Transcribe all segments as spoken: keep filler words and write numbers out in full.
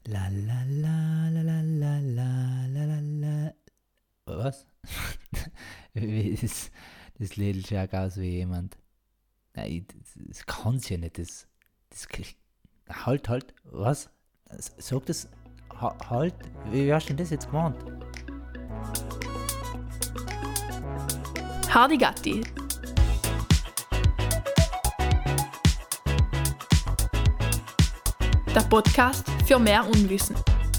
La la la la la la la la la la. Was? Wie Das, das Lied schaut aus wie jemand. Nein, das, das kann's ja nicht. Das, das, halt, halt, was? Sag das, ha, halt, wie hast du denn das jetzt gemeint? Hardy Gatti. Der Podcast für mehr Unwissen.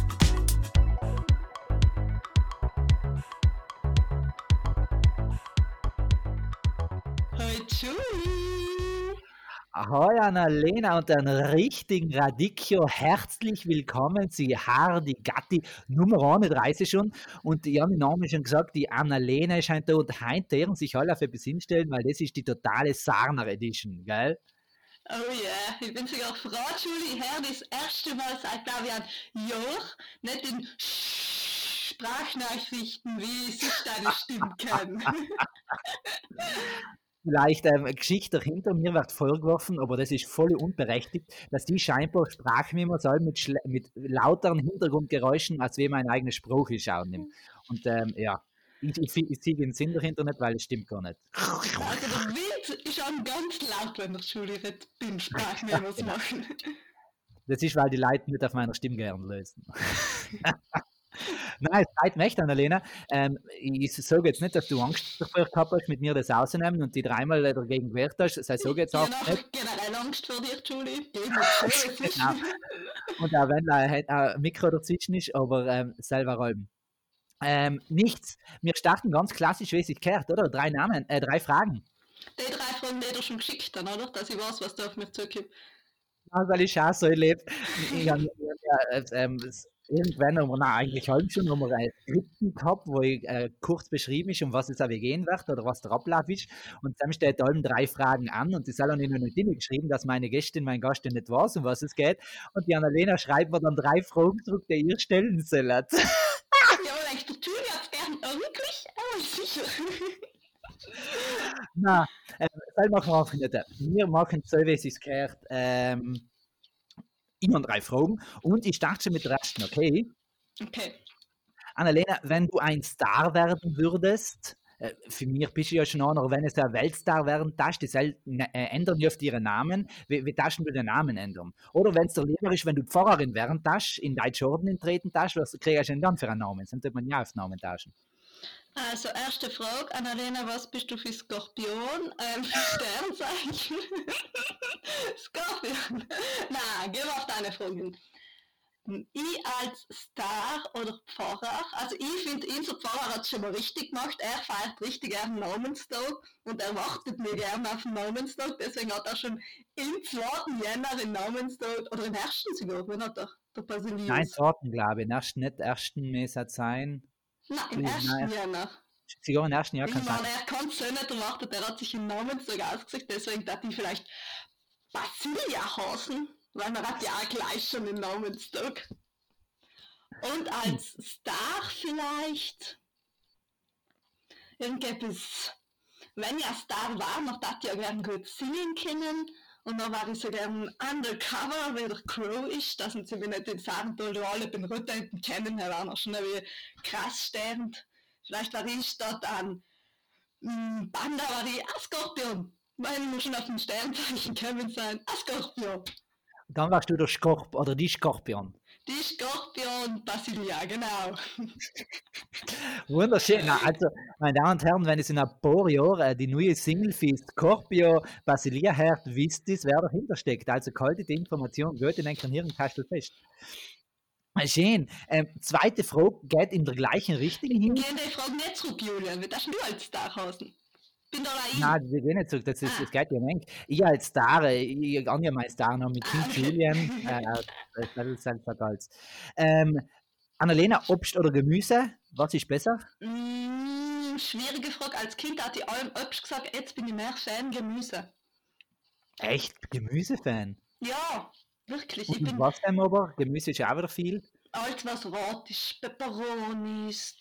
Hi Julie! Ahoi Annalena und einen richtigen Radicchio. Herzlich willkommen zu Hardy Gatti Nummer einunddreißig schon. Und die haben den Namen schon gesagt, die Annalena scheint da und heute deren sich alle auf etwas hinstellen, weil das ist die totale Sarner Edition, gell? Oh ja, yeah. Ich bin sogar froh, Julie. Ich höre das erste Mal seit, glaube ich, einem Jahr nicht in Sprachnachrichten, wie sich deine Stimme kennen. Vielleicht ähm, eine Geschichte dahinter, mir wird vorgeworfen, aber das ist voll unberechtigt, dass die scheinbar Sprachmemo soll mit, schle- mit lauteren Hintergrundgeräuschen, als wie mein eigenes Spruch ist, auch nimmt. Und ähm, ja, ich, ich, ich sehe den Sinn dahinter nicht, weil es stimmt gar nicht. Also der Wind ist auch ganz laut, wenn der Julie nicht den Sprachmemos machen. Das ist, weil die Leute nicht auf meiner Stimme gern lösen. Nein, es freut mich, Annalena. Ähm, ich sage jetzt nicht, dass du Angst davor gehabt hast, mit mir das auszunehmen und die dreimal dagegen gewehrt hast. Das sage jetzt Ich auch habe nicht. generell Angst vor dir, Julie. Geh mal so, es ist. Genau. Und auch wenn da ein ein Mikro dazwischen ist, aber ähm, selber räumen. Ähm, nichts. Wir starten ganz klassisch, wie es sich gehört, oder? Drei Namen, äh, drei Fragen. Die drei Fragen, die du schon geschickt hast, oder? Dass ich weiß, was da auf mich zukommt. Ja, weil ich auch so erlebt. Ich habe ja, ähm, es- irgendwann haben wir, nein, eigentlich halb schon, haben wir einen Skripten gehabt, wo ich äh, kurz beschrieben ist, um was es aber gehen wird oder was der Ablauf ist. Und dann steht allem drei Fragen an und die soll dann in eine Dinge geschrieben, dass meine Gästin, mein Gast nicht weiß, um was es geht. Und die Annalena schreibt mir dann drei Fragen zurück, die ihr stellen sollt. Ja, vielleicht der Julie hat es gern wirklich, aber sicher. Na, ähm, das machen wir einfach nicht. Wir machen so, wie es sich gehört. Ähm, immer drei Fragen und ich starte schon mit der ersten, okay? Okay. Annalena, wenn du ein Star werden würdest, äh, für mich bist du ja schon einer, wenn es ein Weltstar werden darfst, die sel- ne- äh, ändern ja oft ihren Namen. Wie, wie darfst du den Namen ändern? Oder wenn es dir lieber ist, wenn du Pfarrerin werden darfst, in Deutsch Orden treten darfst, was kriegst du denn dann für einen Namen? Sonst tut man ja auf Namen tauschen. Also, erste Frage, Annalena, was bist du für Skorpion? Ähm, für Sternzeichen? Skorpion. Nein, geh mal auf deine Fragen. Ich als Star oder Pfarrer, also ich finde, unser Pfarrer hat es schon mal richtig gemacht. Er feiert richtig gerne Namenstag und er wartet mir gerne auf den Namenstag. Deswegen hat er schon im zweiten Jänner den Namenstag, oder im ersten sogar, wenn hat er, der Nein, Basilius? zweiten, glaube ich. Erst nicht, ersten Messe sein. Nein, im Nein, ersten Jänner. sogar im ersten Jahr kann Ich sein. meine, er kann es so nicht erwartet, er hat sich einen Namenstag ausgesucht, deswegen dachte ich vielleicht Basilia heißen, weil man hat ja auch gleich schon den Namenstag. Und als Star vielleicht irgendetwas, wenn ich ein Star war, noch dachte ich ja gern gut singen können. Und dann war ich so gern undercover, wie der Crow ist, dass sie mich nicht in Sarntal alle den Rücken kennen, er war noch schon wie krass stehend. Vielleicht war ich statt an mm, Panda war ich ein Skorpion. Weil ich muss schon auf den Sternzeichen kommen sein. Ein Skorpion. Dann warst du der Skorp oder die Skorpion. Die Skorpion Basilia, genau. Wunderschön. Na, also, meine Damen und Herren, wenn es in ein paar Jahren äh, die neue Single für Scorpio Basilia hört, wisst ihr, wer dahinter steckt. Also, haltet die Information gut in den Hirnkastel fest. Äh, Schön. Ähm, zweite Frage geht in der gleichen Richtung hin. Gehen die Frage nicht zurück, Julian. Wie darfst du als Star heißen? Bin da allein. Nein, wir gehen nicht zurück. Das, ist, das geht ja nicht. Ich als Star, äh, ich kann ja meinen Star noch mit King Ah, okay. Julian. Äh, das das ist selbstverständlich. Ähm, Annalena, Obst oder Gemüse? Was ist besser? Mm, schwierige Frage. Als Kind hatte ich allem Obst gesagt, jetzt bin ich mehr Fan Gemüse. Echt Gemüsefan? Ja, wirklich. Ich Und bin was denn aber? Gemüse ist ja auch wieder viel. alles, was rot ist. Peperonis,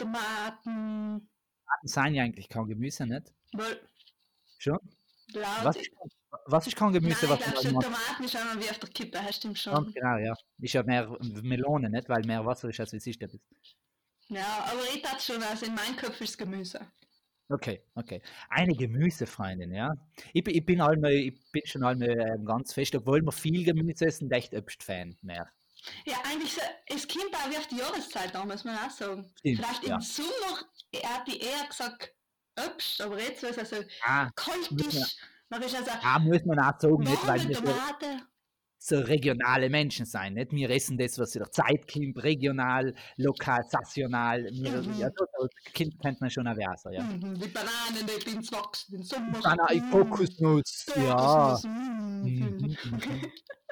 Tomaten. Sind ja eigentlich kein Gemüse, nicht? Weil Schon? laut. Was ist, Was ist kein Nein, Gemüse, ich was glaube man schon, mag? Tomaten ist einmal wie auf der Kippe, das stimmt Ganz schon. genau, ja. Ist ja mehr Melone, nicht? Weil mehr Wasser ist, als wie siehst du das. Ja, aber ich tat schon, also in meinem Kopf ist Gemüse. Okay, okay. Eine Gemüsefreundin, ja. Ich, bin- ich bin einmal, ich bin schon einmal ähm, ganz fest, obwohl wir viel Gemüse essen, echt Obst-Fan mehr. Ja, eigentlich, so, es kommt auch wie auf die Jahreszeit an, muss man auch sagen. Stimmt, Vielleicht ja. im Sommer hätte ich eher gesagt Obst, aber jetzt, wo es also Ah, kalt muss man, ist, man ist also ah, muss man auch sagen, nicht, weil warme wir so, Tomate. so regionale Menschen sein, nicht? Wir essen das, was in der Zeit kommt, regional, lokal, saisonal. Wir, ja, Mhm. so, so Kind kennt man schon auch so, ja. Mhm, die Bananen, die ins Wachsen, den Sommer. Banana, Mhm. Kokosnuss, ja. Kokosnuss. Mhm. Mhm, mhm.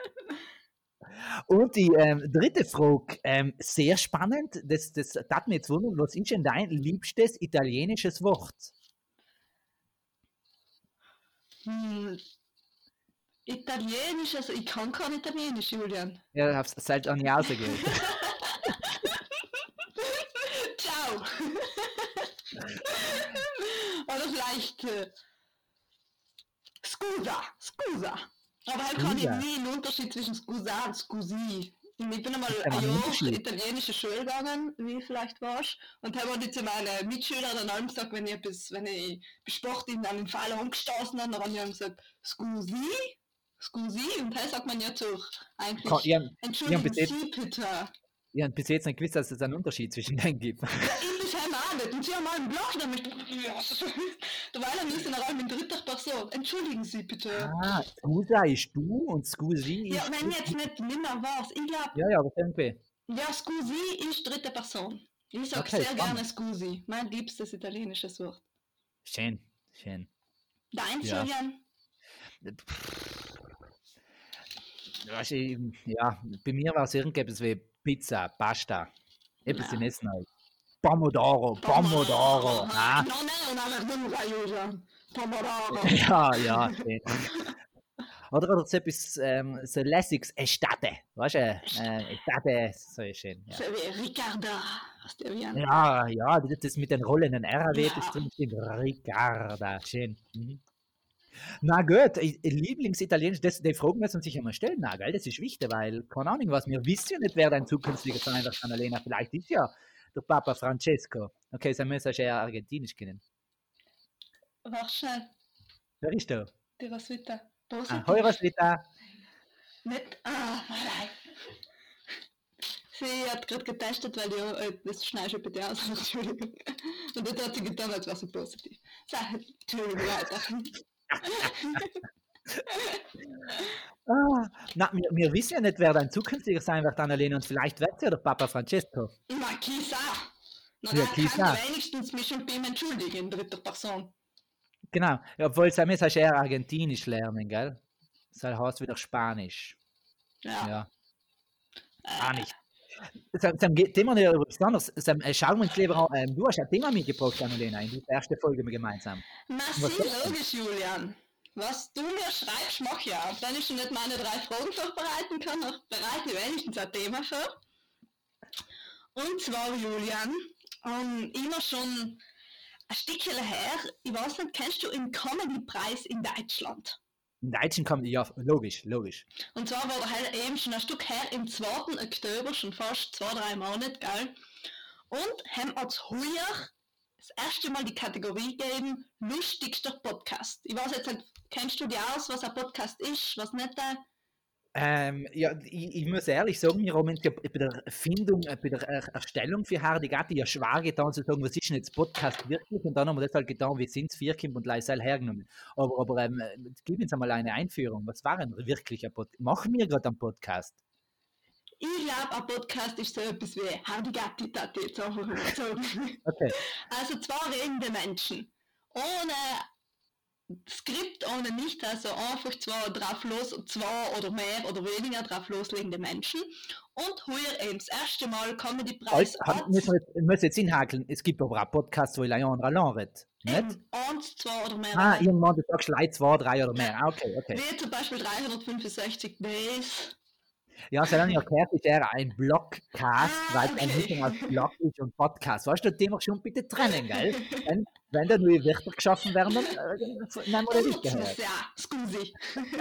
Und die ähm, dritte Frage, ähm, sehr spannend, das, das hat mich jetzt wundern, was ist denn dein liebstes italienisches Wort? Hm, Italienisch, also ich kann kein Italienisch, Julian. Ja, hab's seit an Jahr gehört. Ciao. Oder vielleicht äh, Scusa, Scusa. Aber halt kann ich Scusa. nie einen Unterschied zwischen Scusa und Scusi. Ich bin einmal Ist da ein ein Jahr Unterschied? italienische Schule gegangen, wie vielleicht warst. Und habe ich zu meinen Mitschülern dann allem gesagt, wenn ich etwas, wenn ich bei Sport in einen Fehler umgestoßen habe, dann habe ich gesagt, Scusi, Scusi. Und dann sagt man ja zu eigentlich, Kann- Ich habe entschuldigen bis, jetzt- Sie bitte. ich hab bis jetzt nicht gewusst, dass es einen Unterschied zwischen denen gibt. Ja, ich bisher auch nicht. Und sie haben mal einen Blog damit. Ja, derweil haben wir in in dritter Person. Entschuldigen Sie bitte. Ah, Scusa ist du und Scusi ist... Ja, wenn ich jetzt nicht nimmer weiß. Ich glaube, Ja, ja, aber irgendwie. ja, Scusi ist dritte Person. Ich sage Okay, sehr spannend. gerne Scusi. Mein liebstes italienisches Wort. Schön, schön. Dein, Ja. Julian? Weißt du, ich- ja, bei mir war es irgendetwas wie Pizza, Pasta. Etwas Ja. in Essen halt. Pomodoro, Pomodoro. Ah, No, no, una verdura, Julian. Pomodoro. ja, ja, schön. Oder, oder so etwas ähm, so lässiges Estate. Weißt du, äh, Estate, so schön. Ja. So wie Ricardo. Was der wie ein Ja, ja, das das mit den rollenden R W, das Ja. drin steht. Ricarda, schön. Mhm. Na gut, i- Lieblingsitalienisch, das, die Fragen müssen sich einmal stellen, na, gell? Das ist wichtig, weil, keine Ahnung, was wir wissen ja nicht, wer dein zukünftiger sein wird, Annalena. Vielleicht ist ja der Papa Francesco. Okay, so müssen wir ja Argentinisch kennen. Warte schnell. Wer ist da? Die Roswitha. Ah, Positiv. hoi, Roswitha. Nicht. Ah, nein. Sie hat gerade getestet, weil ja, äh, das schneidest du bitte aus, Entschuldigung. Und dann hat sie getan, als wäre sie positiv. So, Entschuldigung, weiter. Ah, na, wir, wir wissen ja nicht, wer dein zukünftiger sein wird, Annalena, und vielleicht wird es ja der Papa Francesco. Na, Kisa. Na, Ja, dann Kisa. kann ich wenigstens mich schon bei ihm entschuldigen, in dritter Person. Genau, ja, obwohl es heißt, hast eher Argentinisch lernen, gell? Das heißt wieder Spanisch. Ja. Ja, Äh, auch nicht. Sam, Sam, geht Thema nicht über was anderes. Sam, äh, schauen wir uns lieber an. Ähm, du hast ein Thema mitgebracht, Annalena, in die erste Folge gemeinsam. Na, Was sie, ist das? logisch, Julian. Was du mir schreibst, mach ich auch. Wenn ich schon nicht meine drei Fragen vorbereiten kann, dann bereite ich wenigstens ein Thema vor. Und zwar, Julian, ähm, immer schon ein Stückchen her, ich weiß nicht, kennst du den Comedy-Preis in Deutschland? In Deutschen kommt, ja, logisch, logisch. Und zwar war der halt eben schon ein Stück her, im zweiten Oktober, schon fast zwei, drei Monate, gell? Und haben uns heuer das erste Mal die Kategorie gegeben, lustigster Podcast. Ich weiß jetzt nicht, kennst du dir aus, was ein Podcast ist, was nicht? Äh? Ähm, ja, ich, ich muss ehrlich sagen, wir haben uns ja bei der Erfindung, äh, bei der Er- Erstellung für Hardigatti ja schwer getan, zu sagen, was ist denn jetzt Podcast wirklich? Und dann haben wir das halt getan, wie sind es Vierkind und Leisel hergenommen. Aber, aber ähm, gib uns einmal eine Einführung. Was war ein wirklicher Podcast? Machen wir gerade einen Podcast? Ich glaube, ein Podcast ist so etwas wie Hardigatti, Tati, jetzt einfach mal sagen. Okay. Also zwei redende Menschen. Ohne Skript, ohne nicht, also einfach zwei drauf los, zwei oder mehr oder weniger drauf loslegende Menschen. Und heuer eben das erste Mal Comedy-Preis Halt, halt, müssen wir jetzt, müssen wir jetzt hinhakeln. Es gibt aber auch Podcasts, wo Leon Rallon redet. Nicht? eben eins, zwei oder mehr. Ah, irgendwann, du sagst Leute zwei, drei oder mehr. Ah, okay, okay. Wie zum Beispiel dreihundertfünfundsechzig Days. Ja, solange ich gehört, ist er ein Blogcast, Ah, weil es ein okay. Mischung aus Blog ist und Podcast. Weißt du, den wir schon bitte trennen, gell? Wenn, wenn da neue Wörter geschaffen werden, dann äh, nehmen wir Dann das nicht nutzen wir gehört. es, ja. Scusi.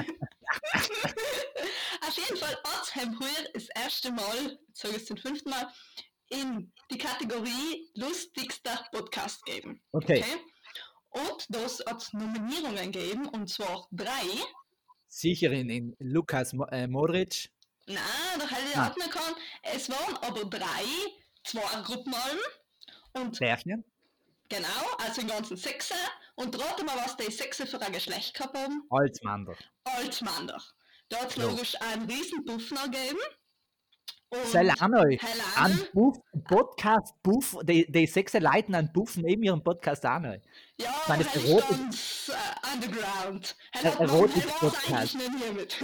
Auf jeden Fall hat es heuer das erste Mal, jetzt sage ich es zum fünften Mal, in die Kategorie lustigster Podcast gegeben. Okay. Und das hat es Nominierungen gegeben, und zwar drei. Sicher in, in Lukas Mo- äh, Modric. Nein, da hätte ich Ah. auch nicht können. Es waren aber drei, zwei Gruppenalben. Und Pärchen. genau, also im ganzen Sechser. Und rate mal, was die Sechser für ein Geschlecht gehabt haben. Altsmander. Altmander. Da hat es Jo. logisch einen riesen Buffner gegeben. Und Soll auch noch Helene, ein Buff, Podcast-Buff, die, die sechs Leuten einen Buff neben ihrem Podcast auch noch. ja, Ich meine, das Helene ist ist Erotik- ganz äh, underground. Ein Helene hat Erotik-Podcast. eigentlich nicht hiermit.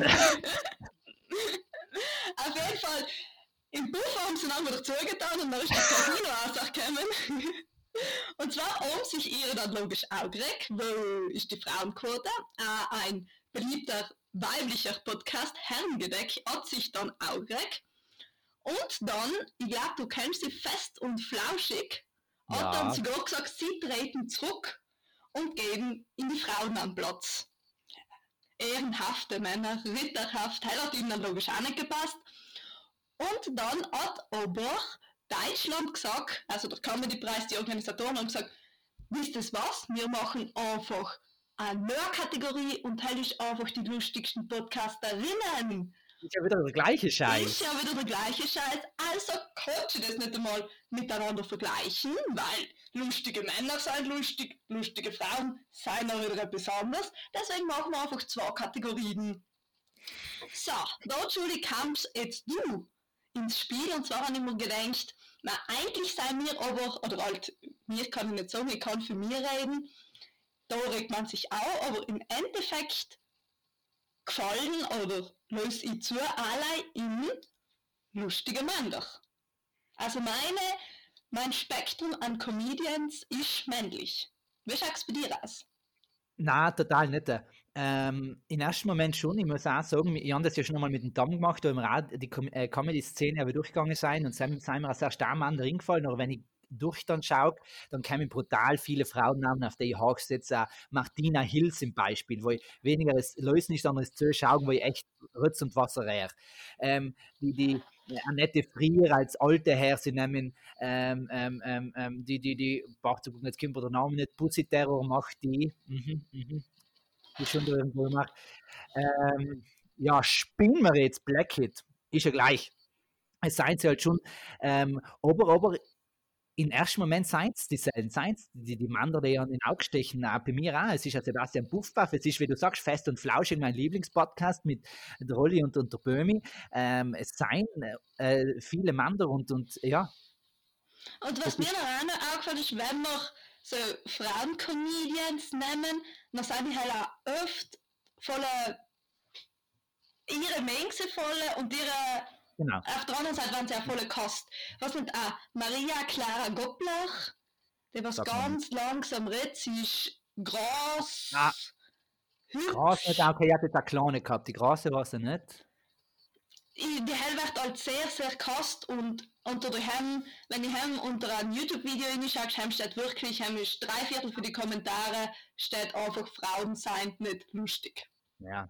Auf jeden Fall, im Buff haben sie dann wieder zugetan und dann ist das Casino rausgekommen. Und zwar haben sich ihre dann logisch auch gekriegt, wo ist die Frauenquote, äh, ein beliebter weiblicher Podcast, Herrengedeck, hat sich dann auch gekriegt. Und dann, ich glaube, du kennst sie, Fest und Flauschig, hat Ja. dann sogar gesagt, sie treten zurück und gehen in die Frauen am Platz. Ehrenhafte Männer, ritterhaft, hat ihnen dann logisch auch nicht gepasst. Und dann hat aber Deutschland gesagt, also der Comedy-Preis, die Organisatoren haben gesagt, wisst ihr was, wir machen einfach eine neue Kategorie und das ist einfach die lustigsten Podcasterinnen. Ist ja wieder der gleiche Ist Scheiß. ja wieder der gleiche Scheiß, also kannst du das nicht einmal miteinander vergleichen, weil lustige Männer sind lustig, lustige Frauen sind auch wieder etwas anderes. Deswegen machen wir einfach zwei Kategorien. So, da, Julie, kommst jetzt du ins Spiel, und zwar habe ich mir gedacht, na, eigentlich seien wir aber, oder halt, mir kann ich nicht sagen, ich kann für mich reden, da regt man sich auch, aber im Endeffekt gefallen oder löse ich zu alle in lustige Männer. Also meine, mein Spektrum an Comedians ist männlich. Wie schaut es bei dir aus? Nein, total nicht. Ähm, Im ersten Moment schon. Ich muss auch sagen, ich habe das ja schon einmal mit dem Tom gemacht, wo wir auch die Com äh, Comedy-Szene aber durchgegangen sein und sind, sind mir als erst am anderen gefallen. Aber wenn ich durch dann schaue, dann kommen brutal viele Frauennamen, auf die ich hochsetze. Auch Martina Hill zum Beispiel, wo ich weniger das Lösen ist, sondern das Zuschauen, wo ich echt Rütz und Wasser rehe. Ähm, die, die äh, Annette Frier als alte Herr, sie nehmen ähm, ähm, ähm, ähm, die, die, die, braucht zu gucken, jetzt kommt mir der Name nicht, Pussy Terror macht die, mhm, mhm, die schon da irgendwo gemacht. Ähm, ja, spinnen wir jetzt, Black Hit, ist ja gleich. Es seien sie halt schon, ähm, aber, aber im ersten Moment seien es dieselben, seien es die, die Männer, die an den Augen stechen, auch bei mir auch. Es ist ja Sebastian Buffbaff, es ist, wie du sagst, Fest und Flauschig, mein Lieblingspodcast mit der Rolli und, und der Böhmi. Ähm, es seien äh, viele Männer und, und ja. Und was mir noch auch noch aufgefallen ist, wenn wir so Frauen-Comedians nehmen, dann sind die halt auch oft voller ihre Mengse volle und ihre Genau. auf der anderen Seite waren sie auch volle Kost. Was sind auch Maria Clara Gopplach, die was Sag mal ganz langsam redet, sie ist groß, Ah, hübsch. Gras nicht, okay, ich hatte jetzt eine kleine gehabt, die Grase war sie nicht. I- Die Hell wird halt sehr, sehr kost und unter der Hem, wenn ich Hem unter ein YouTube-Video reinschaue, Hem steht wirklich, Hem ist drei Viertel für die Kommentare, steht einfach, Frauen seien nicht lustig. Ja.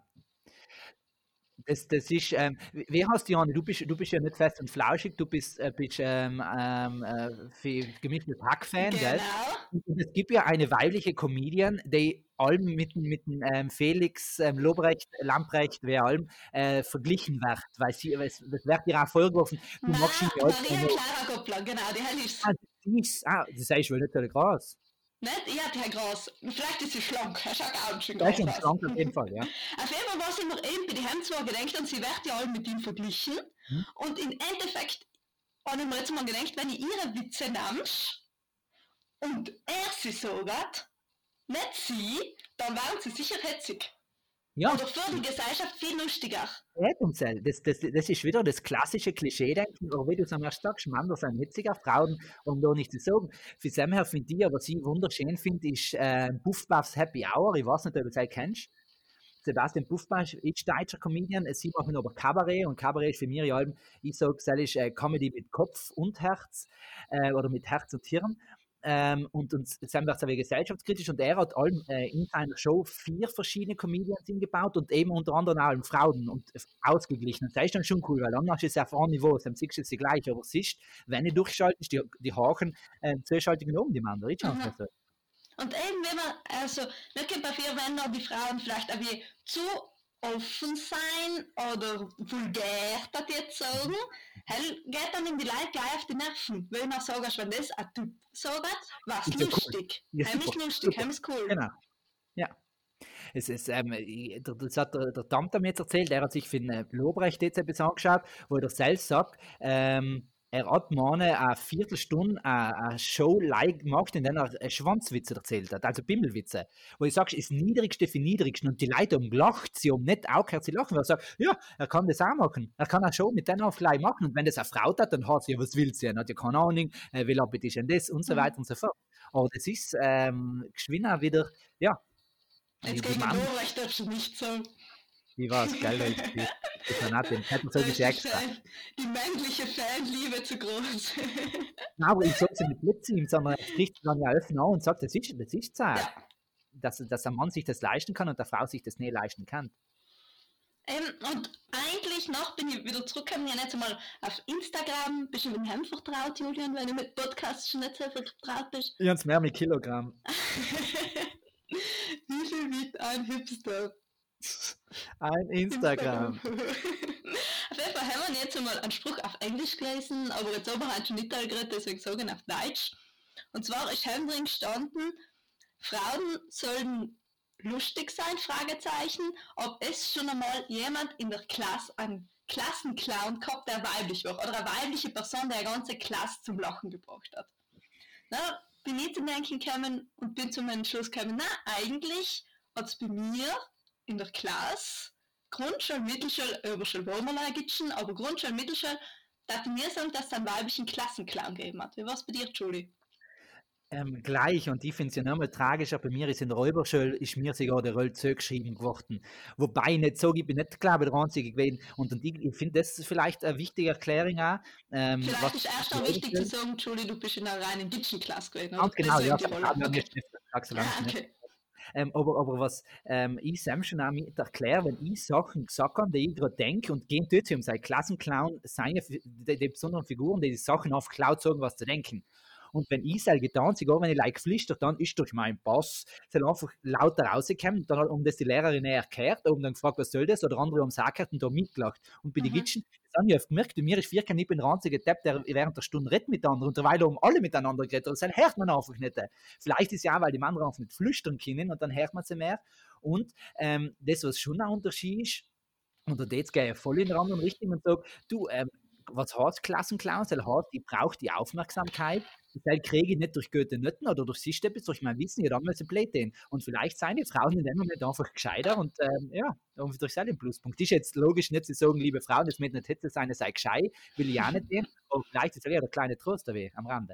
Das, das ist, ähm, wie wie heißt die Janne? Du bist, du bist ja nicht fest und flauschig, du bist, äh, bist ähm, ähm, äh, für gemischtes Hack-Fan, gell? Genau. Und es gibt ja eine weibliche Comedian, die allem mit, dem- mit dem ähm, Felix ähm, Lobrecht, Lamprecht, wer allem äh, verglichen wird, weil sie, es, das wird ihr auch vorgeworfen, du Nein, magst ihn ja als Maria eine, Clara Gopplach, genau, die Hell ist ah, das ist, ah, das ist wohl nicht so groß. nicht, ja, die Herr Groß, vielleicht ist sie schlank, er schaut auch schön Das ist groß schon aus. schlank auf jeden Fall, ja. Auf jeden Fall, was ich mir eben bei den Hemd zwar gedacht und sie wird ja alle mit ihm verglichen. Hm? Und im Endeffekt habe ich mir jetzt mal gedacht, wenn ich ihre Witze nimmst und er sie sagt, nicht sie, dann waren sie sicher hetzig. Ja, Oder für die Gesellschaft viel lustiger. Rätumzell, das, das, das ist wieder das klassische Klischee-Denken, aber wie du es am ersten sagst, Männer sind hitziger, Frauen haben da nicht zu sagen. Für Sam her finde ich, was ich wunderschön finde, ist äh, Buff Buffs Happy Hour, ich weiß nicht, ob du das kennst. Sebastian Puffpasch ist deutscher Comedian, sie machen aber Kabarett und Kabarett ist für mich ja, ich sage, das ist äh, Comedy mit Kopf und Herz äh, oder mit Herz und Hirn. Ähm, und und Sam wird sehr gesellschaftskritisch und er hat allem, äh, in seiner Show vier verschiedene Comedians hingebaut und eben unter anderem auch Frauen und äh, ausgeglichen. Und das ist dann schon cool, weil anders ist es auf einem Niveau, dann siehst du es gleich, aber siehst, wenn du durchschaltest, die, die Haken äh, zweischaltigen um die Männer, ich Mhm. so. Und eben, wenn man, also, nicht gibt bei vier Männer die Frauen vielleicht auch wie zu offen sein oder vulgär, das jetzt sagen, hell geht dann in die Leute gleich auf die Nerven. Wenn man sagt, wenn das ein Typ sagt, was Ist ja cool. lustig. Ja, Heim ist super, lustig, super. heim ist cool. Genau. Ja. Es ist, ähm, ich- der- das hat der, der Tante mir jetzt erzählt, er hat sich für den Lobrecht jetzt etwas angeschaut, wo er selbst sagt, ähm, er hat mal eine Viertelstunde eine, eine Show like gemacht, in der er äh, Schwanzwitze erzählt hat, also Bimmelwitze. Wo ich sage, ist das Niedrigste für Niedrigsten und die Leute haben gelacht, sie haben nicht auch gehört, sie lachen, weil er sagt, ja, er kann das auch machen, er kann eine Show mit denen auf gleich machen und wenn das eine Frau hat, dann hat sie, ja, was will sie, er hat ja keine Ahnung, äh, will aber das und das und so weiter und so fort. Aber das ist ähm, geschwind auch wieder, ja, Jetzt die gegen Mann, Lobrecht darfst du nicht sagen. wie war es, gell, weil die, die Fanatin, hätte man so Da ist die, extra. Fan, die männliche Fanliebe zu groß. Nein, aber ich sage sie nicht mit ihm, sondern er spricht dann ja offen an und sagt, das ist, das ist so, Ja. dass, dass ein Mann sich das leisten kann und eine Frau sich das nicht leisten kann. Ähm, und eigentlich noch bin ich wieder zurückgekommen, ja nicht einmal auf Instagram. Bist du mit dem Hemd vertraut, Julian, wenn du mit Podcasts schon nicht so vertraut bist? Ich habe mehr mit Kilogramm. Wie viel wiegt ein Hipster? Ein Instagram. Auf jeden Fall haben wir jetzt einmal einen Spruch auf Englisch gelesen, aber jetzt haben wir halt schon nicht geredet, deswegen sagen wir auf Deutsch. Und zwar ist drin gestanden, Frauen sollen lustig sein, Fragezeichen, ob es schon einmal jemand in der Klasse, einen Klassenclown gehabt, der weiblich war, oder eine weibliche Person, der eine ganze Klasse zum Lachen gebracht hat. Na, bin ich zum Denken gekommen und bin zum Entschluss gekommen, na, eigentlich hat es bei mir in der Klasse Grundschule, Mittelschule, Oberschule, wo wir noch gibt schon, aber Grundschule, Mittelschule, da hat mir sagen, dass es einen weiblichen Klassenclown gegeben hat. Wie war es bei dir, Julie? Ähm, gleich, und ich finde es ja nochmal tragischer, bei mir ist in der Oberschule, ist mir sogar der Roll zugeschrieben geworden. Wobei ich nicht so, ich bin nicht, glaube ich, der Einzige gewesen. Und, und ich, ich finde, das ist vielleicht eine wichtige Erklärung auch. Ähm, Vielleicht was ist erst noch wichtig zu sagen, Julie, du bist in einer reinen Ditchen-Klasse gewesen. Ganz genau, ja, die Rolle. haben wir Okay. nicht gesagt, so lange Ah, nicht. okay. Ähm, aber, aber was ähm, ich Sam schon auch mit erkläre, wenn ich Sachen gesagt habe, die ich gerade denke und gehen dort um seine Klassenclown, seine die, die besonderen Figuren, die die Sachen auf Cloud sagen, was zu denken. Und wenn ich sage, getan, sogar wenn ich like flüstert, dann ist durch meinen Pass soll einfach lauter rausgekommen, dann hat um das die Lehrerin erklärt, und dann gefragt, was soll das, oder andere haben es angehört und da mitgelacht. Und bei den Mhm. Witschen, das habe ich oft gemerkt, bei mir ist Vierkern, ich bin der einzige Depp, der während der Stunde redet miteinander, und derweil haben alle miteinander geredet, und das hört man einfach nicht. Vielleicht ist ja auch, weil die anderen einfach nicht flüstern können, und dann hört man sie mehr. Und ähm, das, was schon ein Unterschied ist, und da jetzt gehe ich voll in der anderen Richtung und sage, du, ähm, was heißt Klassenclown? Das heißt, ich brauche die Aufmerksamkeit. Das kriege ich nicht durch Goethe Nötten oder durch Sichtsteppes, durch mein Wissen, ja, dann müssen blöd gehen. Und vielleicht seien die Frauen in dem Moment einfach gescheiter und ähm, ja, durch seinen Pluspunkt. Das ist jetzt logisch nicht zu sagen, liebe Frauen, das mit nicht hätte sein, sei gescheit, will ich auch nicht sehen, aber vielleicht ist es ja der kleine Trost da weh am Rande.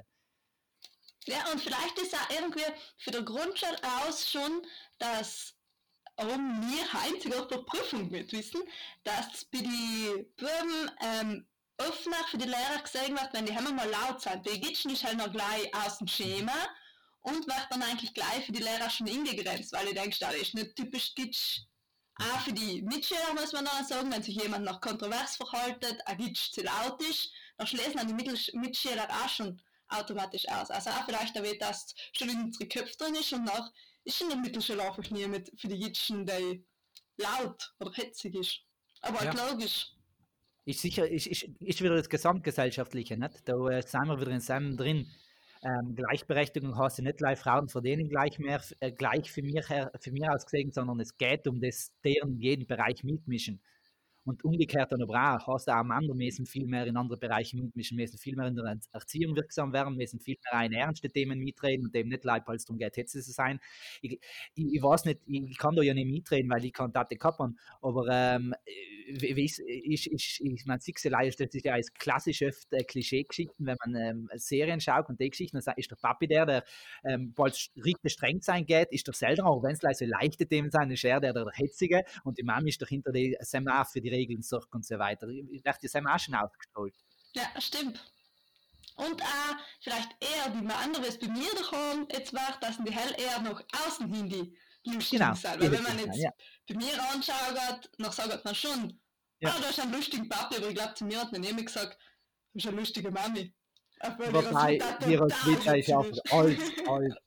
Ja, und vielleicht ist auch irgendwie für den Grundschule aus schon, dass um wir heim auf der Prüfung mit wissen, dass bei den Buben ähm, offener für die Lehrer gesehen wird, wenn die immer mal laut sind. Bei Gitschen ist halt noch gleich aus dem Schema und wird dann eigentlich gleich für die Lehrer schon ingegrenzt, weil ich denke, das ist nicht typisch Gitsch. Auch für die Mitschüler muss man dann sagen, wenn sich jemand noch kontrovers verhaltet, ein Gitsch zu laut ist, dann schließen dann die Mittel- Mitschüler auch schon automatisch aus. Also auch vielleicht erwähnt, dass schon in unsere Köpfe drin ist und noch ist in der Mittelschule einfach nie mit für die Gitschen, die laut oder hetzig ist. Aber halt Ja. logisch. Ist sicher, ist, ist, ist wieder das Gesamtgesellschaftliche, nicht? Da äh, sind wir wieder in seinem drin. Ähm, Gleichberechtigung heißt ja nicht gleich, Frauen verdienen gleich mehr, äh, gleich für mich, her, für mich aus gesehen, sondern es geht um das, deren in jedem Bereich mitmischen. Und umgekehrt dann aber auch, hast du auch Männer müssen viel mehr in andere Bereiche mitmischen, müssen viel mehr in der Erziehung wirksam werden, müssen viel mehr in ernste Themen mitreden und eben nicht leid, weil es darum geht, Hetze zu sein. Ich, ich, ich weiß nicht, ich kann da ja nicht mitreden, weil ich kann Tate kappern, aber ähm, wie ist, ich, ich, ich meine, Sixelei, das ist ja als klassische äh, Klischee-Geschichten, wenn man ähm, Serien schaut und die Geschichten, dann ist der Papi der, der ähm, bald richtig streng sein geht, ist der selber, auch wenn es leise leichte Themen sein, ist er der, der, der Hetzige und die Mami ist doch hinter die Sam auch für die Regeln sorgt und so weiter. Ich dachte, die Sam auch schon ausgestrahlt. Ja, stimmt. Und auch vielleicht eher die andere, was bei mir daheim jetzt war, dass die hell eher nach außen hin die lustig Genau, sind. die Weil wenn lustig man sein, jetzt ja. bei mir anschaut, dann sagt man schon, Ja. ah, da ist ein lustiger Papi, aber ich glaube, zu mir hat man immer gesagt, du bist eine lustige Mami. Obwohl Wobei, ihre ihre total Twitter ist ja witzig auch alt, alt.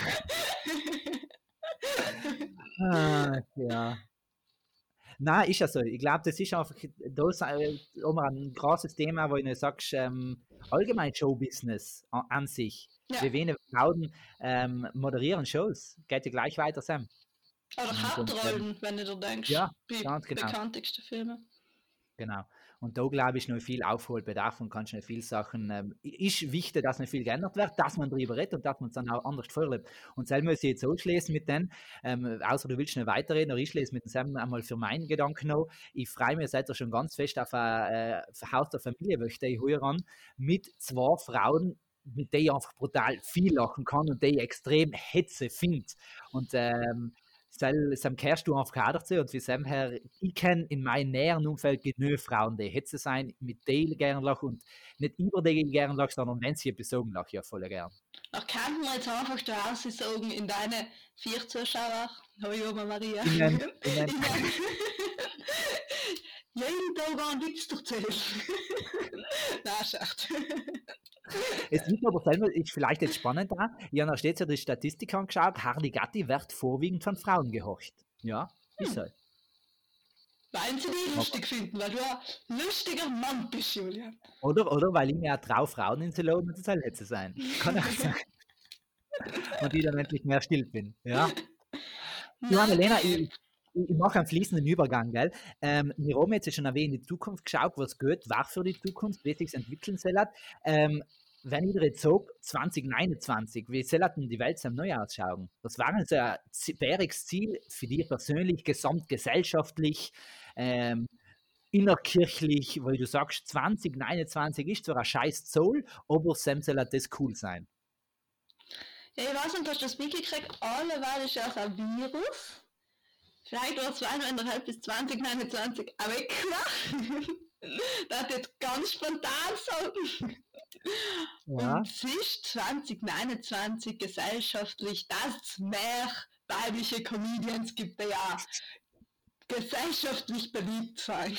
Ah, ja. Nein, ist ja so. Ich glaube, das ist einfach das, äh, immer ein großes Thema, wo ich nicht sagst, ähm, allgemein Showbusiness an, an sich. Ja. Wie wenige Frauen ähm, moderieren Shows. Geht ja gleich weiter, Sam. Oder Und, und, Hauptrollen, ähm, wenn du da denkst. ja, Die ganz genau. bekanntesten Filme. Genau. Und da glaube ich noch viel Aufholbedarf und kannst noch viel Sachen, ähm, ist wichtig, dass noch viel geändert wird, dass man darüber redet und dass man es dann auch anders vorlebt. Und selber muss ich jetzt ausschließen mit denen, ähm, außer du willst noch weiterreden, oder ich schließe mit dem Sam einmal für meinen Gedanken noch. Ich freue mich jetzt schon ganz fest auf ein äh, Haus der Familie, möchte ich heuer an, mit zwei Frauen, mit denen ich einfach brutal viel lachen kann und die ich extrem Hetze finde. Und ähm, Sam kehrst du einfach auch dazu und wie Sam her, ich kenne in meinem näheren Umfeld genug Frauen, die Hetze sein, mit denen ich gerne lache und nicht über die ich gerne lache, sondern wenn sie etwas sagen, lache ich ja voll gern. Ach, kann man jetzt einfach da sagen, in deine vier Zuschauer, hallo Maria, Ich mein, ich mein, jeden Tag einen Witz erzählen. Nein, Schacht. Es ist aber selber, ist vielleicht jetzt spannend da, ich habe stets ja die Statistik angeschaut, Hardy Gatti wird vorwiegend von Frauen gehorcht. Ja, ist so. Weil sie die lustig finden, weil du ein lustiger Mann bist, Julian. Oder, oder weil ich mir auch traue, Frauen in Salon und das halt zu sein. Kann auch sein. Und ich dann endlich mehr still bin. Ja. Johanna, Lena, ich, ich mache einen fließenden Übergang, gell? Ähm, wir haben jetzt schon ein wenig in die Zukunft geschaut, was geht, war für die Zukunft, wie sich entwickeln soll. Ähm, wenn ich dir jetzt sage, zwanzig neunundzwanzig, wie soll denn die Welt neu ausschauen? Was war so ein bäriges Ziel für dich persönlich, gesamtgesellschaftlich, ähm, innerkirchlich, weil du sagst, zwanzig neunundzwanzig ist zwar ein scheiß Zoll, aber Sam soll das cool sein. Ja, ich weiß nicht, hast du das mitgekriegt? Alle war das ja auch ein Virus. Vielleicht war es zweieinhalb bis zwanzig neunundzwanzig auch weggemacht. Das hat jetzt ganz spontan sagen. Ja. Und es ist zwanzig neunundzwanzig gesellschaftlich das mehr weibliche Comedians gibt, die ja gesellschaftlich beliebt sein.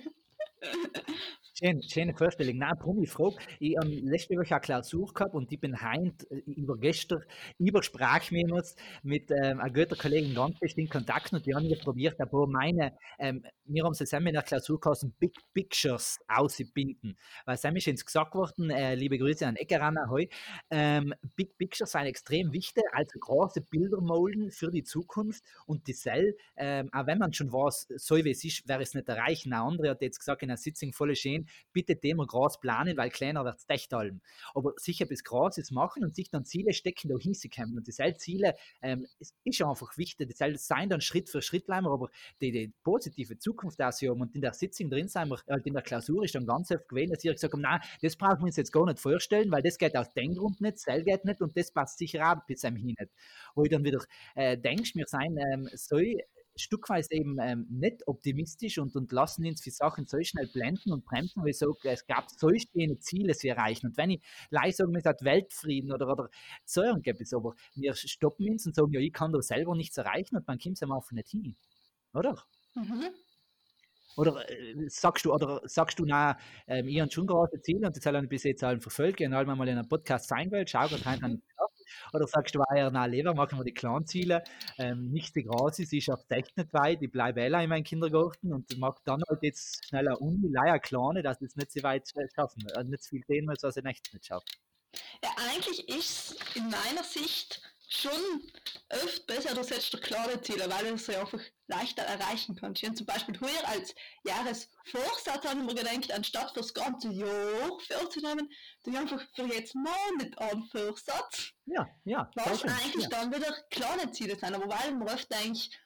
Schön, schöne Vorstellung. Nein, Brummi, ich frage, ich habe ähm, letzte Woche eine Klausur gehabt und ich bin heint äh, über gestern über Sprachmemos mit ähm, einer guten Kollegin ganz fest in Kontakt und die haben mir probiert, ein paar meine, ähm, wir haben sie zusammen in der Klausur geheißen, Big Pictures auszubinden. Weil es ist uns gesagt worden, äh, liebe Grüße an Eckeranna, hoi, ähm, Big Pictures sind extrem wichtig, also große Bilder molden für die Zukunft und die Cell, ähm, auch wenn man schon weiß, so wie es ist, wäre es nicht erreichen. Eine andere hat jetzt gesagt in einer Sitzung voll schön, bitte dem groß planen, weil kleiner wird es echt allem. Aber sicher bis Großes machen und sich dann Ziele stecken, da hinzukommen. Und diese Ziele ähm, ist, ist einfach wichtig. Die Ziele sein dann Schritt für Schritt bleiben, aber die, die positive Zukunft auszuhaben und in der Sitzung drin sein, halt in der Klausur ist dann ganz oft gewesen, dass ich gesagt habe, nein, das brauchen wir uns jetzt gar nicht vorstellen, weil das geht aus dem Grund nicht, das geht nicht und das passt sicher auch bis einem hin nicht. Wo ich dann wieder äh, denkst, wir sein ähm, so stückweise eben ähm, nicht optimistisch und, und lassen uns für Sachen so schnell blenden und bremsen, weil ich sage, es gab so stehende Ziele zu erreichen. Und wenn ich leicht sage, es hat Weltfrieden oder, oder so irgendetwas, aber wir stoppen uns und sagen, ja, ich kann da selber nichts erreichen und man kommt es einfach nicht hin. Oder? Mhm. Oder äh, sagst du, oder sagst du, na, ähm, ich habe schon große Ziele und die sollen bis jetzt allen verfolgen und einmal mal in einem Podcast sein will, schau Gott rein an. Oder sagst du, ah, ja, na, lieber machen wir die kleinen Ziele, ähm, nicht die große, sie schafft echt nicht weit, ich bleibe eh in meinem Kindergarten und mag dann halt jetzt schneller Uni, leider kleine, dass es nicht so weit schaffen, also nicht so viel sehen muss, was ich echt nicht schaffe. Ja, eigentlich ist es in meiner Sicht schon oft besser, du setzt dir klare Ziele, weil du sie einfach leichter erreichen kannst. Ich habe zum Beispiel heuer als Jahresvorsatz habe ich mir gedacht, anstatt fürs ganze Jahr vorzunehmen, du einfach für jetzt Monat an Vorsatz. Ja, ja. Was schön, eigentlich ja. dann wieder kleine Ziele sind, aber weil man oft eigentlich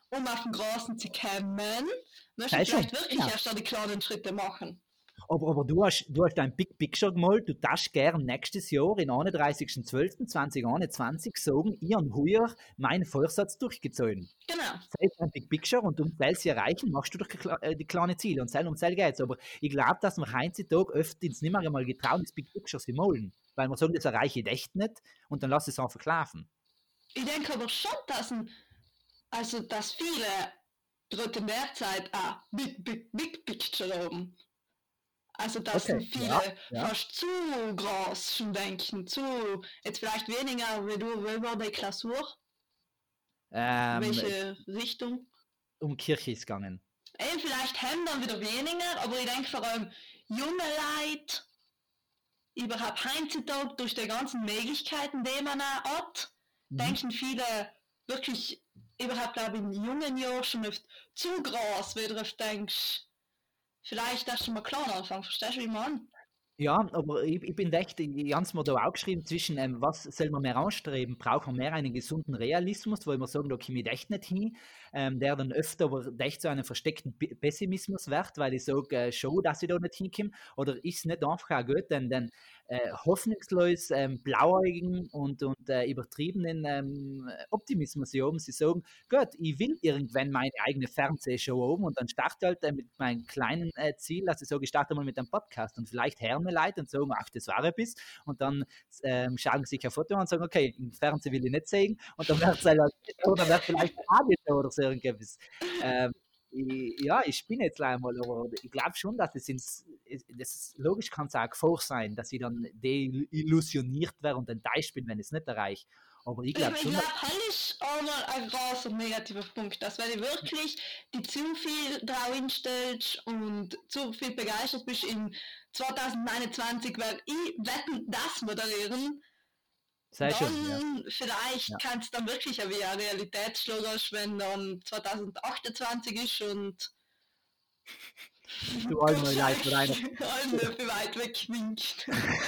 um auf den Großen zu kommen, musst du Sei schon, vielleicht wirklich genau. erst da die kleinen Schritte machen. Aber, aber du hast, du hast ein Big Picture gemalt, du darfst gern nächstes Jahr, in einunddreißigsten zwölften zweitausendeinundzwanzig sagen, ich habe heuer meinen Vorsatz durchgezogen. Genau. Sei ein Big Picture und um das zu erreichen, machst du doch die kleinen Ziele und um das geht es. Aber ich glaube, dass wir heutzutage öfter ins nicht mehr einmal getrauen, das Big Picture zu malen. Weil wir sagen, das erreiche ich echt nicht und dann lass es einfach laufen. Ich denke aber schon, dass, ein, also, dass viele gerade in der Zeit ein Big, Big, Big Picture haben. Also, dass Okay, viele ja, ja. fast zu groß schon denken, zu, jetzt vielleicht weniger wie du, wie war die Klausur? Ähm, Welche Richtung? Um Kirche ist gegangen. Ey, vielleicht haben dann wieder weniger, aber ich denke vor allem junge Leute, überhaupt heutzutage durch die ganzen Möglichkeiten, die man auch hat, Mhm. denken viele wirklich überhaupt, glaube ich, in jungen Jahren schon oft zu groß, wie du oft denkst, vielleicht darfst du mal klein anfangen, verstehst du, wie ich meine? Ja, aber ich, ich bin echt, ich habe es mir da auch geschrieben, zwischen ähm, was soll man mehr anstreben, brauchen wir mehr einen gesunden Realismus, wo wir sagen, da komme ich echt nicht hin, ähm, der dann öfter aber echt zu einem versteckten P- Pessimismus wird, weil ich sage äh, schon, dass ich da nicht hinkomme, oder ist es nicht einfach auch gut, denn, denn äh, hoffnungslos, ähm, blauäugigen und, und äh, übertriebenen ähm, Optimismus hier oben, sie sagen, gut, ich will irgendwann meine eigene Fernsehshow oben und dann starte halt äh, mit meinem kleinen äh, Ziel, dass ich sage, ich starte mal mit einem Podcast und vielleicht hören mir Leute und sagen, ach, das war etwas und dann ähm, schauen sie sich ein Foto an und sagen, okay, im Fernsehen will ich nicht sehen und dann wird es halt, oder wird vielleicht ein Radio oder so irgendwas. Ähm, ich, ja, ich bin jetzt einmal, aber ich glaube schon, dass es ins, das ist, logisch kann es auch Gefahr sein, dass ich dann deillusioniert wäre und enttäuscht bin, wenn ich es nicht erreiche. Aber ich glaube Ich schon, glaube, das ist einmal ein großer negativer Punkt, dass wenn du wirklich die zu viel drauf hinstellst und zu viel begeistert bist in zweitausendeinundzwanzig, werde ich wetten, das moderieren, sei dann schon, ja. vielleicht Ja. kann es dann wirklich auch wie ein Realitätsschlag ist, wenn dann zweitausendachtundzwanzig ist und Du allem leid von einer. alle für weit weg winkt.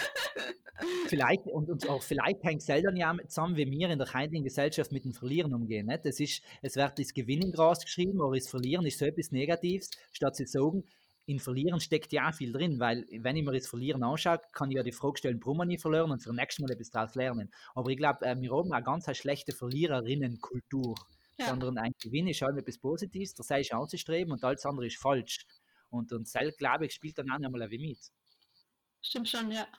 Vielleicht, und, und auch vielleicht hängt es selber ja zusammen, wie wir in der heutigen Gesellschaft mit dem Verlieren umgehen. Nicht? Das ist, es wird das Gewinnen groß geschrieben, aber das Verlieren ist so etwas Negatives, statt zu sagen, in Verlieren steckt ja auch viel drin, weil wenn ich mir das Verlieren anschaue, kann ich ja die Frage stellen, warum man nie verloren und für das nächste Mal etwas daraus lernen. Aber ich glaube, äh, wir haben eine ganz eine schlechte Verliererinnenkultur, Ja. sondern ein Gewinn ist halt etwas Positives, der sei ist anzustreben und alles andere ist falsch. Und, und selbst, glaube ich, spielt dann auch noch mal ein wenig mit. Stimmt schon, ja.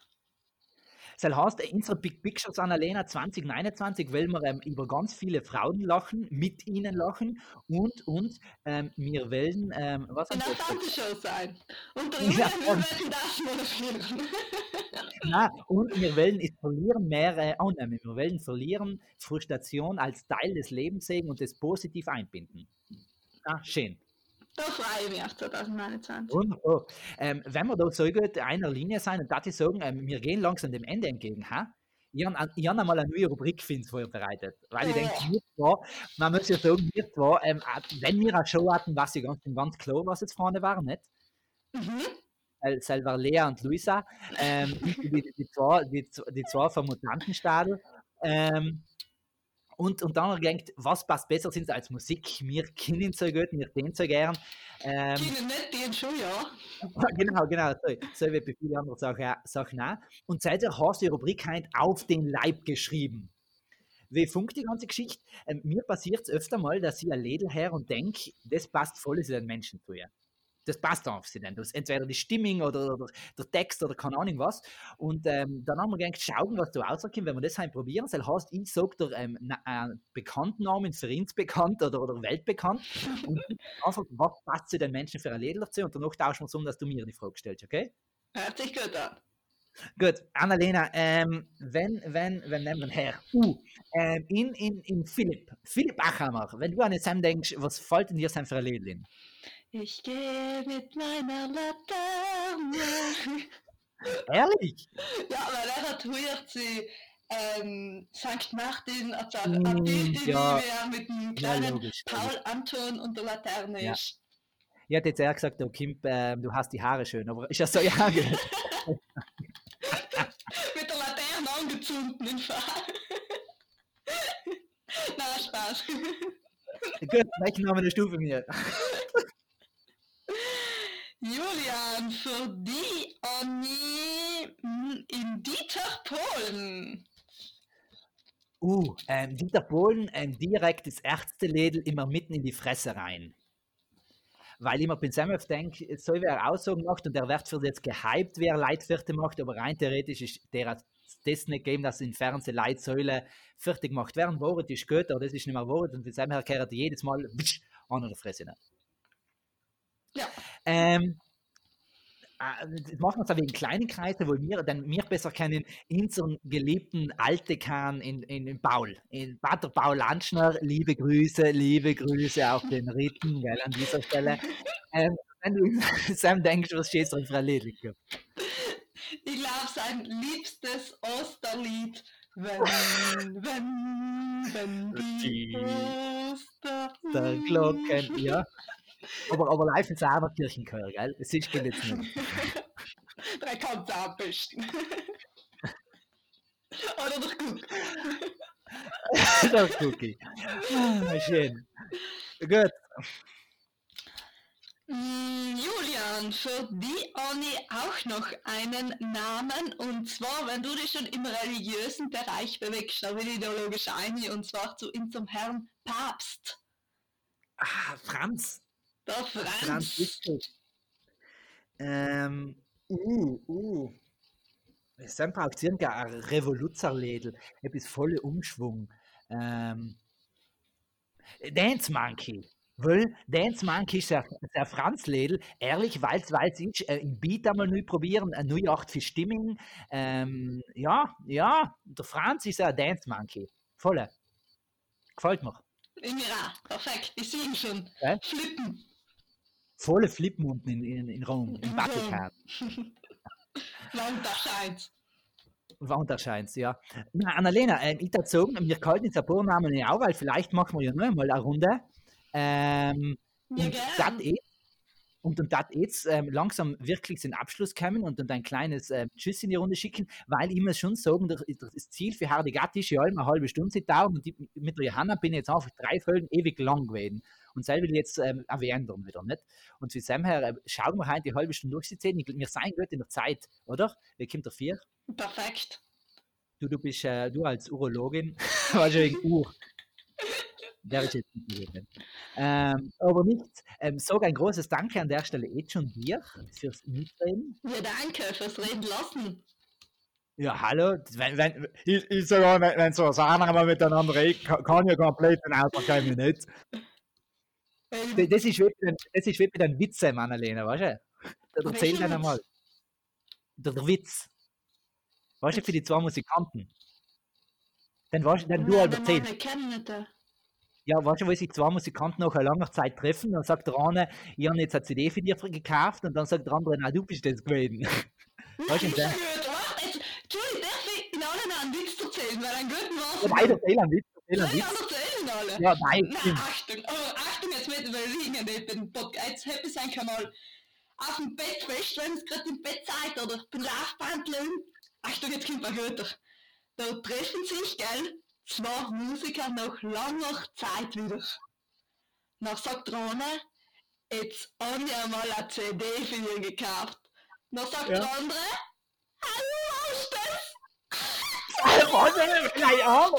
Das heißt, unsere Big Pictures Annalena zwanzig neunundzwanzig wollen wir ähm, über ganz viele Frauen lachen, mit ihnen lachen und, und ähm, wir wollen, ähm, was In haben der wir gesagt? Fernsehshow sein. Und der Ja, Julian, wir und- werden das moderieren. Nein, und wir wollen es Verlieren mehr äh, annehmen. Wir wollen Verlieren, Frustration als Teil des Lebens sehen und das positiv einbinden. Ah, schön. Da freue ich mich auf zweitausendeinundzwanzig. Wunderbar. Ähm, wenn wir da so gut einer Linie sein, und darf ich sagen, ähm, wir gehen langsam dem Ende entgegen. Ha? Ich habe ich hab einmal eine neue Rubrik für uns vorbereitet. Weil ich denke, wir zwar, man muss ja sagen, wir zwar, ähm, wenn wir eine Show hatten, war sie ganz, ganz klar, was jetzt vorne war, nicht? Mhm. Weil selber Lea und Luisa, ähm, die, die, die, zwei, die, die zwei vom Mutantenstadel. Ähm, und, und dann habe ich gedacht, was passt besser sind als Musik? Wir kennen so gut, wir den so gern. Ähm, Kennen nicht den schon, ja. genau, genau, so, so wie bei vielen anderen Sachen, Sachen auch. Und seitdem hast du die Rubrik halt auf den Leib geschrieben. Wie funkt die ganze Geschichte? Ähm, mir passiert es öfter mal, dass ich ein Lädel her und denke, das passt voll zu den Menschen zu ihr. Das passt auf sie denn. Das entweder die Stimmung oder, oder der Text oder keine Ahnung was. Und ähm, dann haben wir gedacht, schauen, was da rauskommt, wenn wir das halt probieren. Das heißt, ich sage dir ähm, einen Bekanntnamen, vereinsbekannt oder, oder weltbekannt. Und einfach, was passt zu den Menschen für ein Lädel dazu? Und danach tauschen wir es um, dass du mir die Frage stellst, okay? Hört sich gut an. Gut, Annalena, ähm, wenn, wenn, wenn nehmen wir her? Uh, ähm, in, in, in Philipp, Philipp Achammer, wenn du an Sam denkst, was fällt in dir sein für ein Lädel? Ich gehe mit meiner Laterne. Ehrlich? Ja, weil er hat früher zu ähm, Sankt Martin als er Mm, aktiv ja. wie er mit dem Ja, kleinen logisch, Paul logisch. Anton und der Laterne Ja. ist. Ich hätte jetzt eher gesagt, oh, Kim, äh, du hast die Haare schön, aber ist ja so, ja, gut. Mit der Laterne angezündet im Fall. Na, Spaß. Gut, welchen Namen hast du für mich? Julian, für die Anni in Dieter Polen. Uh, ähm, Dieter Bohlen, ähm, direkt das erste Lädel immer mitten in die Fresse rein. Weil ich mir bei Sam denke, jetzt soll wer Aussagen macht und der wird für jetzt gehypt, wer Leute fertig macht, aber rein theoretisch ist der hat das nicht gegeben, dass im Fernsehen Leute sollen fertig gemacht werden. Wort ist gut, aber das ist nicht mehr Wort und bei Sam kehrt jedes Mal witsch, an der Fresse rein. Ja. Ähm, Das machen wir zwar wegen kleinen Kreisen, wo wir dann wir besser kennen, unseren geliebten alten Kahn in, in, in Paul, in Pater Paul Lantschner, liebe Grüße, liebe Grüße auf den Ritten, gell, an dieser Stelle. Ähm, wenn du Sam denkst, was steht drin für ein Lied? Ich glaube, sein liebstes Osterlied, wenn, wenn, wenn die, die Osterglocken, ja. Aber, aber live ist auch noch Kirchenchor, gell? Das ist jetzt nicht. Der kann es auch besten. Oder doch gut. Doch, Cookie. Ah, schön. Gut. Julian, für die Anni auch noch einen Namen. Und zwar, wenn du dich schon im religiösen Bereich bewegst, da will ich da logisch ein, und zwar zu unserem Herrn Papst. Ah, Franz. Der Franz. Franz Witzig. Ähm, uh, uh. Sam braucht irgendein Revoluzerlädel, etwas voller Umschwung. Ähm, Dance Monkey. Weil Dance Monkey ist der, der Franz-Lädel, ehrlich, weil es ist, äh, im Beat einmal neu probieren, eine neue Art für Stimmung. Ähm, ja, ja, der Franz ist ein Dance Monkey. Voll. Gefällt mir. In mir auch. Perfekt. Ich sehe ihn schon. Ja? Flippen. Volle Flippen unten in, in, in Rom, im Vatikan. Unterscheid. Unterscheid, ja. Na, Annalena, ähm, ich würde sagen, wir kalten jetzt ein paar Namen nicht auf, weil vielleicht machen wir ja noch einmal eine Runde. Ähm, Ja, und gern. das jetzt, und und das jetzt ähm, langsam wirklich zum Abschluss kommen und dann ein kleines ähm, Tschüss in die Runde schicken, weil ich muss schon sagen, der, das Ziel für Hardigat ist ja immer eine halbe Stunde Zeit dauern und die, mit der Johanna bin ich jetzt einfach drei Folgen ewig lang gewesen. Und selber will ich jetzt ähm, auch ändern wieder, nicht? Und für Sam her, äh, schauen wir heute die halbe Stunde durchzuziehen. Wir sind gut in der Zeit, oder? Wie kommt der vier? Perfekt. Du, du bist, äh, du als Urologin, warst ja wegen Uhr. Der ist jetzt nicht gewesen. Ähm, aber nicht. Ähm, sag ein großes Danke an der Stelle jetzt schon dir fürs Mitreden. Ja, danke fürs Reden lassen. Ja, hallo. Wenn, wenn, ich, ich sage auch, wenn, wenn so Sachen einmal miteinander reden, kann, kann ja komplett den Auto käme nicht. Ähm, Das ist wie bei das ist wie bei den Witzen, Annalena, weißt du? Da erzähl Welcher dann einmal. Der, der Witz. Weißt du, für die zwei Musikanten. Dann, weißt, dann du halt erzählst. Ich kenne nicht. den. Ja, weißt du, wo sich zwei Musikanten nach langer Zeit treffen, dann sagt der eine, ich habe jetzt eine C D für dich gekauft und dann sagt der andere, nein, du bist das gewesen. Weißt du, Nicht der- so gut, oder? Jetzt, Entschuldigung, darf ich in allen einen Witz erzählen, weil einen guten Ja, war. nein, erzähl einen Witz, erzähl einen Nein, Witz. aber erzählen alle. Ja, nein, Na, stimmt. Achtung, oh, Achtung, jetzt mit, weil ich nicht den Podcast, jetzt hätte ich sein Kanal auf dem Bett fest, wenn es gerade im Bett seid oder beim Laufband liegt. Achtung, jetzt kommt mal guter. Da treffen sich, gell, zwei Musiker nach langer Zeit wieder. Nach sagt der eine, jetzt habe ich einmal eine C D für dich gekauft. Dann sagt Ja. der andere, hallo, hast du das? Was denn? Keine Ahnung.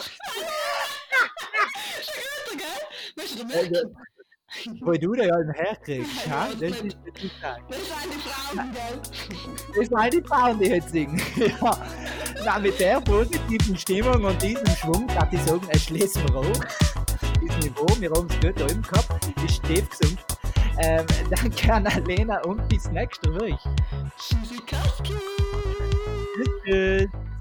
Schon guter, gell? Weißt du, der Äh, merkt, Wo du da ja immer herkriegst, Ja, ja? das Das ist- ist das ist das. das sind die Frauen, gell? Das sind die Frauen, die jetzt singen. Ja. Na, mit der positiven Stimmung und diesem Schwung, darf ich sagen, es schließen wir auf. Das Niveau, wir haben es gut da im Kopf, ist tief gesund. Ähm, danke an Alena und bis nächste Woche. Tschüssikowski! Tschüss.